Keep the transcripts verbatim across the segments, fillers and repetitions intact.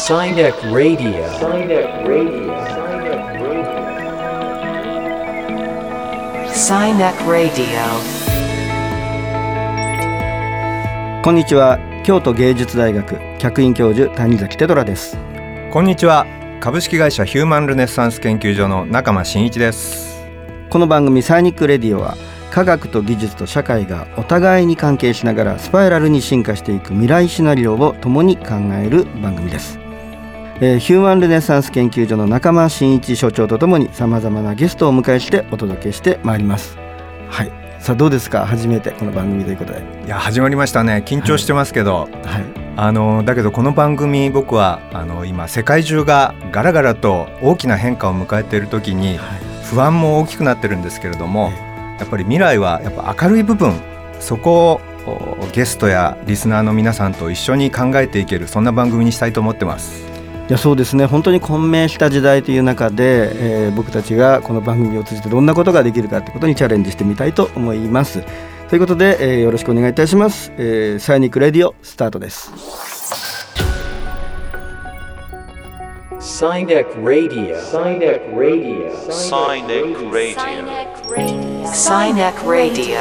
Sinek Radio. Sinek Radio. Sinek Radio。 こんにちは。京都芸術大学客員教授谷崎テドラです。 こんにちは。株式会社ヒューマンルネッサンス研究所の中間真一です。 この番組サイニックレディオは科学と技術と社会がお互いに関係しながらスパイラルに進化していく未来シナリオを共に考える番組です。えー、ヒューマンルネッサンス研究所の中間真一所長とともにさまざまなゲストをお迎えしてお届けしてまいります。はい、さあどうですか、初めてこの番組ということで。 いや始まりましたね。緊張してますけど、はいはい、あのだけどこの番組僕はあの今世界中がガラガラと大きな変化を迎えている時に、はい、不安も大きくなってるんですけれども、やっぱり未来はやっぱ明るい部分、そこをゲストやリスナーの皆さんと一緒に考えていける、そんな番組にしたいと思ってます。 いやそうですね、本当に混迷した時代という中で、えー、僕たちがこの番組を通じてどんなことができるかということにチャレンジしてみたいと思います。ということで、えー、よろしくお願いいたします。えー、サイニックレディオスタートです。 Sinek Radio. Sinek Radio. Sinek Radio. Sinek Radio。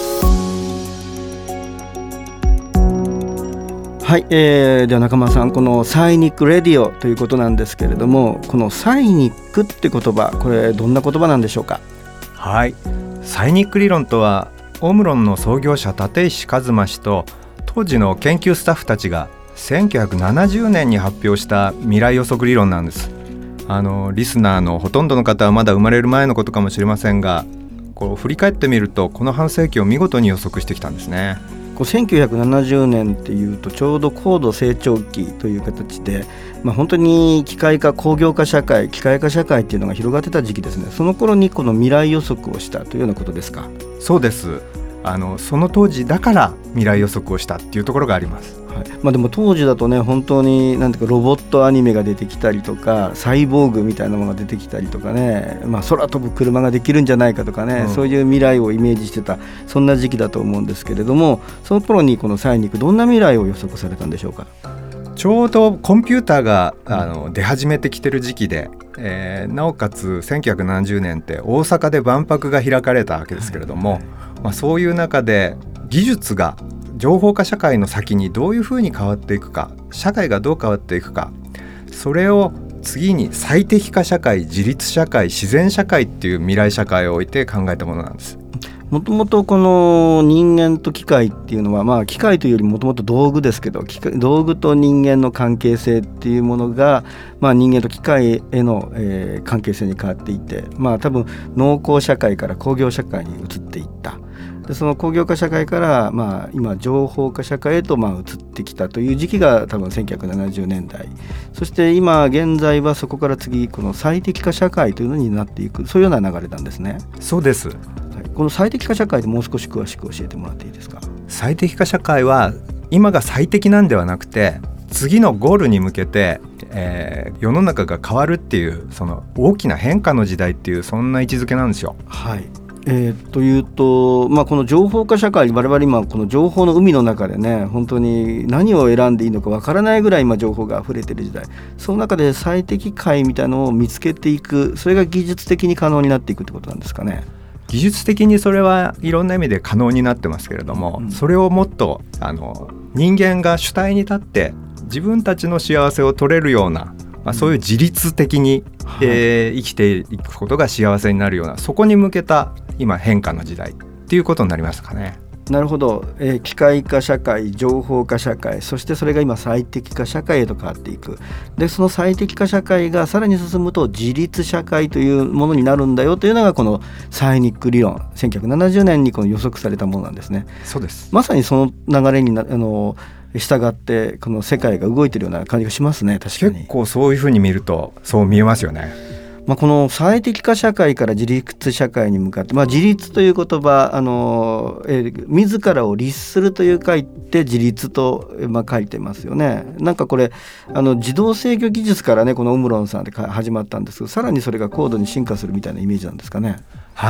はい、えー、では中間さん、このサイニックレディオということなんですけれども、このサイニックって言葉、これどんな言葉なんでしょうか。 はい、サイニック理論とはオムロンの創業者立石一馬氏と当時の研究スタッフたちがせんきゅうひゃくななじゅうねんに発表した未来予測理論なんです。あのリスナーのほとんどの方はまだ生まれる前のことかもしれませんが、こう振り返ってみるとこの半世紀を見事に予測してきたんですね。 こうせんきゅうひゃくななじゅうねんっていうとちょうど高度成長期という形で、まあ、本当に機械化工業化社会、機械化社会っていうのが広がってた時期ですね。その頃にこの未来予測をしたというようなことですか。 そうです。あのその当時だから未来予測をしたっていうところがあります。 はい、まあ、でも当時だとね、本当になんていうかロボットアニメが出てきたりとか、サイボーグみたいなものが出てきたりとかね、まあ、空飛ぶ車ができるんじゃないかとかね、うん、そういう未来をイメージしてた、そんな時期だと思うんですけれども、その頃にこのサイニック、どんな未来を予測されたんでしょうか。 ちょうどコンピューターがあの出始めてきてる時期で、えー、なおかつせんきゅうひゃくななじゅうねんって大阪で万博が開かれたわけですけれども、はいはい、まあ、そういう中で技術が情報化社会の先にどういうふうに変わっていくか、社会がどう変わっていくか、それを次に最適化社会、自立社会、自然社会っていう未来社会を置いて考えたものなんです。 もともとこの人間と機械っていうのは、まあ、機械というよりもともと道具ですけど、機械、道具と人間の関係性っていうものが、まあ、人間と機械への、えー、関係性に変わっていて、まあ、多分農耕社会から工業社会に移っていった。でその工業化社会から、まあ、今情報化社会へとまあ移ってきたという時期が多分せんきゅうひゃくななじゅうねんだい、そして今現在はそこから次この最適化社会というのになっていく、そういうような流れなんですね。 そうです。 この最適化社会でもう少し詳しく教えてもらっていいですか。 最適化社会は今が最適なんではなくて、次のゴールに向けて、えー、世の中が変わるっていう、その大きな変化の時代っていう、そんな位置づけなんですよ。 はい、えー、というと、まあ、この情報化社会、我々今この情報の海の中でね、本当に何を選んでいいのかわからないぐらい今情報が溢れている時代、その中で最適解みたいなのを見つけていく、それが技術的に可能になっていくってことなんですかね。 技術的にそれはいろんな意味で可能になってますけれども、うん、それをもっとあの人間が主体に立って自分たちの幸せを取れるような、まあ、そういう自律的に、うん、えー、生きていくことが幸せになるような、そこに向けた今変化の時代っていうことになりますかね。 なるほど、えー、機械化社会、情報化社会、そしてそれが今最適化社会へと変わっていく。でその最適化社会がさらに進むと自立社会というものになるんだよというのがこのサイニック理論、せんきゅうひゃくななじゅうねんにこの予測されたものなんですね。 そうです。ままさにその流れになあの従ってこの世界が動いているような感じがしますね。確かに結構そういうふうに見るとそう見えますよね。 まあ、この最適化社会から自立社会に向かって、まあ、自立という言葉、あの、えー、自らを律するという書いて自立と、まあ、書いてますよね。なんかこれあの自動制御技術からね、このオムロンさんで始まったんですけど、さらにそれが高度に進化するみたいなイメージなんですかね。 はい、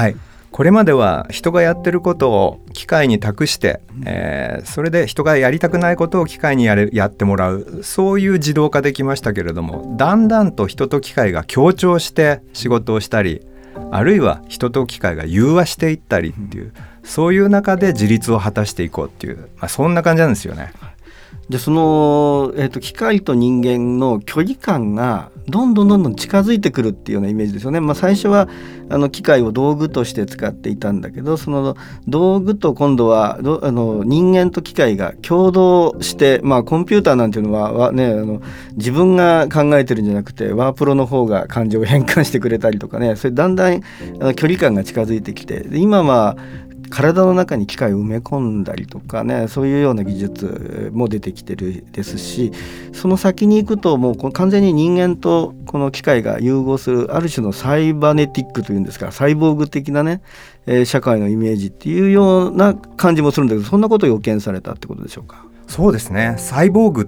これまでは人がやってることを機械に託して、えー、それで人がやりたくないことを機械にやれ、やってもらう、そういう自動化できましたけれども、だんだんと人と機械が協調して仕事をしたり、あるいは人と機械が融和していったりっていう、そういう中で自立を果たしていこうっていう、まあ、そんな感じなんですよね。 でその、えーと、機械と人間の距離感がどんどんどんどん近づいてくるっていうようなイメージですよね。まあ、最初はあの機械を道具として使っていたんだけど、その道具と今度はどあの人間と機械が共同して、まあ、コンピューターなんていうのは、は、ね、あの自分が考えてるんじゃなくてワープロの方が感情を変換してくれたりとかね、それだんだんあの距離感が近づいてきて、で今は体の中に機械を埋め込んだりとかね、そういうような技術も出てきてるですし、その先に行くともう完全に人間とこの機械が融合するある種のサイバネティックというんですか、サイボーグ的なね、えー、社会のイメージっていうような感じもするんだけど、そんなことを予見されたってことでしょうか。 そうですね、サイボーグって、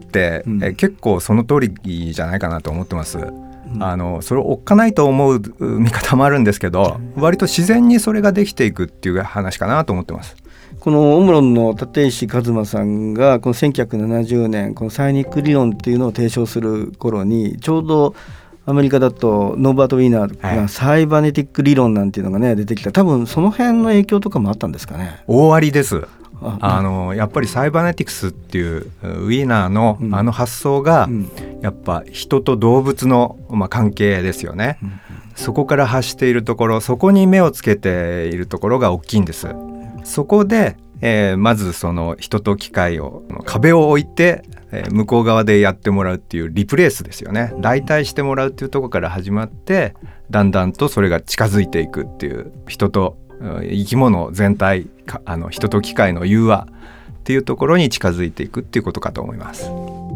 うん、 え結構その通りじゃないかなと思ってます。あのそれをおっかないと思う見方もあるんですけど、割と自然にそれができていくっていう話かなと思ってます。 このオムロンの立石一馬さんがこのせんきゅうひゃくななじゅうねんこのサイニック理論っていうのを提唱する頃に、ちょうどアメリカだとノーバート・ウィーナーがサイバネティック理論なんていうのがね出てきた。多分その辺の影響とかもあったんですかね。 大ありです。ああのやっぱりサイバネティクスっていうウィーナーのあの発想が、うん、やっぱ人と動物の、まあ、関係ですよね、うん、そこから発しているところ、そこに目をつけているところが大きいんです。そこで、えー、まずその人と機械を壁を置いて、えー、向こう側でやってもらうっていうリプレイスですよね。代替してもらうっていうところから始まって、だんだんとそれが近づいていくっていう、人と生き物全体、あの人と機械の融和っていうところに近づいていくっていうことかと思います。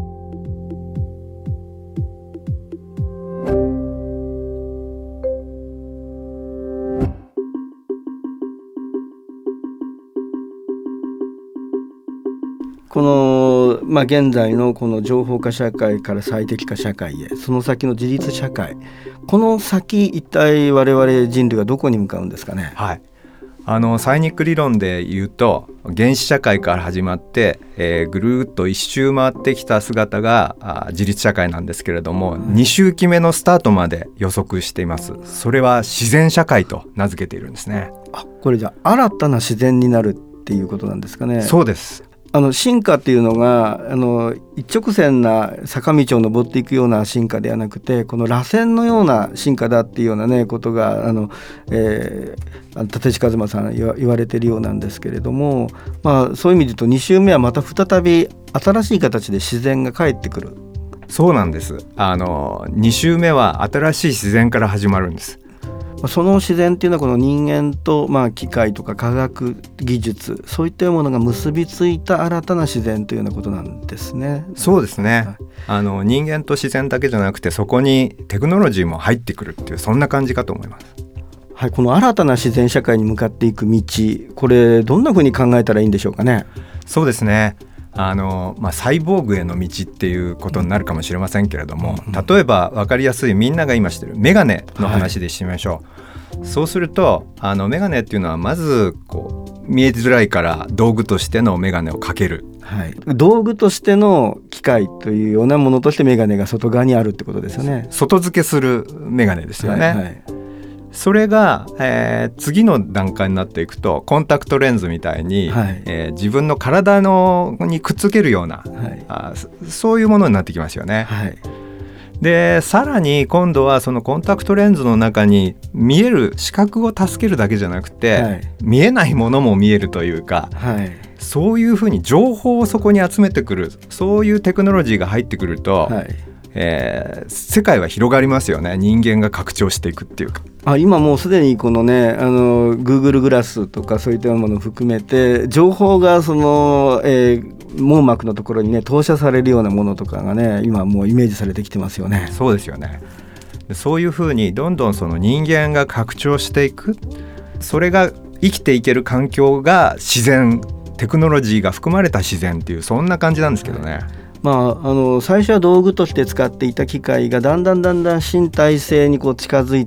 この、まあ、現在のこの情報化社会から最適化社会へ、その先の自立社会、この先一体我々人類はどこに向かうんですかね。 はい、あのサイニック理論で言うと、原始社会から始まって、えー、ぐるーっと一周回ってきた姿があ自立社会なんですけれども、に周期目のスタートまで予測しています。それは自然社会と名付けているんですね。 あ、これじゃあ新たな自然になるっていうことなんですかね。 そうです。 あの進化っていうのがあの一直線な坂道を登っていくような進化ではなくて、この螺旋のような進化だっていうようなねことがあの、えー、立石一馬さん言わ、言われているようなんですけれども、まあ、そういう意味で言うとに周目はまた再び新しい形で自然が帰ってくる。 そうなんです。あのに周目は新しい自然から始まるんです。 その自然っていうのはこの人間と、まあ、機械とか科学技術、そういったものが結びついた新たな自然というようなことなんですね。 そうですね、 はい、 あの人間と自然だけじゃなくて、そこにテクノロジーも入ってくるっていう、そんな感じかと思います。 はい、この新たな自然社会に向かっていく道、これどんなふうに考えたらいいんでしょうかね。 そうですね、あのまあ、サイボーグへの道っていうことになるかもしれませんけれども、うん、例えば分かりやすい、みんなが今してるメガネの話でしてみましょう、はい、そうするとあのメガネっていうのはまずこう見えづらいから道具としてのメガネをかける、 はい、道具としての機械というようなものとしてメガネが外側にあるってことですよね。 外付けするメガネですよね、 はいはい、 それが、えー、次の段階になっていくとコンタクトレンズみたいに、はいえー、自分の体のにくっつけるような、はい、あそういうものになってきますよね、はい、でさらに今度はそのコンタクトレンズの中に見える視覚を助けるだけじゃなくて、はい、見えないものも見えるというか、はい、そういうふうに情報をそこに集めてくる、そういうテクノロジーが入ってくると、はいえー、世界は広がりますよね。人間が拡張していくっていうか、 あ今もうすでにこのねあの Google グラスとかそういったものを含めて情報がその、えー、網膜のところにね投射されるようなものとかがね今もうイメージされてきてますよね。 そうですよね。そういうふうにどんどんその人間が拡張していく、それが生きていける環境が自然、テクノロジーが含まれた自然っていう、そんな感じなんですけどね、はいまあ、あの最初は道具として使っていた機械がだんだんだんだん身体性にこう近づいていって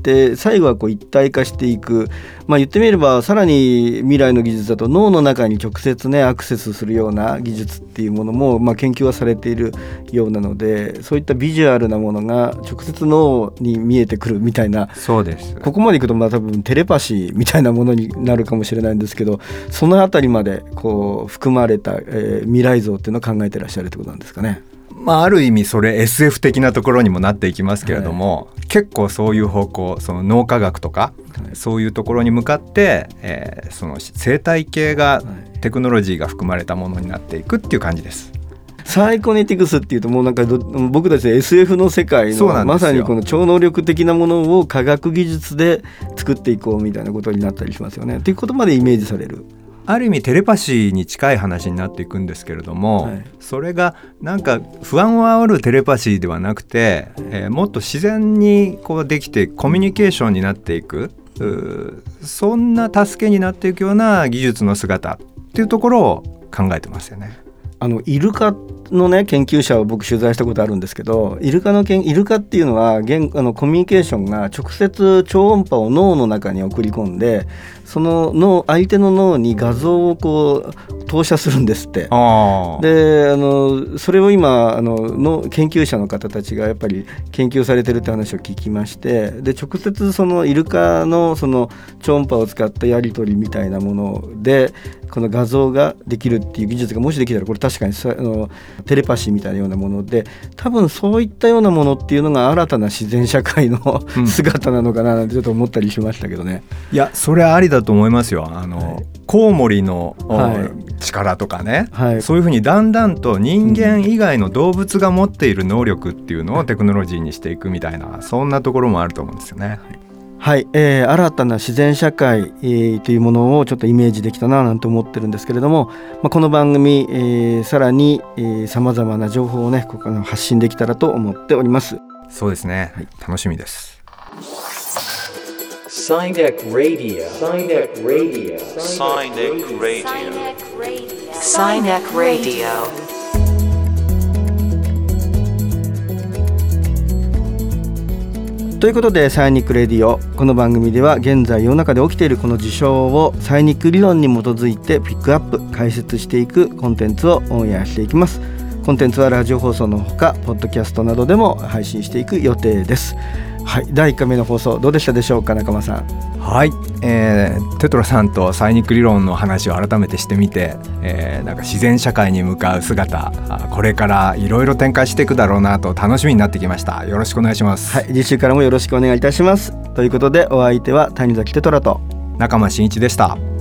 て最後はこう一体化していく、まあ、言ってみればさらに未来の技術だと脳の中に直接ねアクセスするような技術っていうものも、まあ、研究はされているようなので、そういったビジュアルなものが直接脳に見えてくるみたいな、 そうです。 ここまでいくとまあ多分テレパシーみたいなものになるかもしれないんですけど、そのあたりまでこう含まれた、えー、未来像っていうのを考えてらっしゃるってことなんですかね。 まあ、ある意味それ エスエフ 的なところにもなっていきますけれども、はい、結構そういう方向、その脳科学とか、はい、そういうところに向かって、えー、その生態系が、はい、テクノロジーが含まれたものになっていくっていう感じです。 サイコネティクスっていうともうなんか僕たち エスエフ の世界のまさにこの超能力的なものを科学技術で作っていこうみたいなことになったりしますよね。ということまでイメージされる。 ある意味テレパシーに近い話になっていくんですけれども、はい、それがなんか不安を煽るテレパシーではなくて、えー、もっと自然にこうできてコミュニケーションになっていく、そんな助けになっていくような技術の姿っていうところを考えてますよね。 あのイルカの、ね、研究者を僕取材したことあるんですけど、イルカのけんイルカっていうのは現あのコミュニケーションが直接超音波を脳の中に送り込んで、その脳相手の脳に画像をこう投射するんですって。あであのそれを今あのの研究者の方たちがやっぱり研究されてるって話を聞きまして、で直接そのイルカのその超音波を使ったやり取りみたいなものでこの画像ができるっていう技術がもしできたら、これ確かにあのテレパシーみたいなようなもので、多分そういったようなものっていうのが新たな自然社会の、うん、姿なのかななんてちょっと思ったりしましたけどね。 いやそれはありだと思いますよ。あの、はい、コウモリの、はい、力とかね、はい、そういうふうにだんだんと人間以外の動物が持っている能力っていうのをテクノロジーにしていくみたいな、そんなところもあると思うんですよね。 はい、えー、新たな自然社会、えー、というものをちょっとイメージできたななんて思ってるんですけれども、まあ、この番組、えー、さらにさまざまな情報をねここから発信できたらと思っております。 そうですね、はい、楽しみです。 サイネック Radio サイネック Radio サイネック Radio サイネック Radio ということでサイニックレディオ、この番組では現在世の中で起きているこの事象をサイニック理論に基づいてピックアップ解説していくコンテンツをオンエアしていきます。コンテンツはラジオ放送のほかポッドキャストなどでも配信していく予定です。はい、だいいっかいめの放送どうでしたでしょうか、中間さん。 はい、えー、テトラさんとサイニック理論の話を改めてしてみて、えー、なんか自然社会に向かう姿、これからいろいろ展開していくだろうなと楽しみになってきました。よろしくお願いします。 はい、次週からもよろしくお願いいたします。ということでお相手は谷崎テトラと中間真一でした。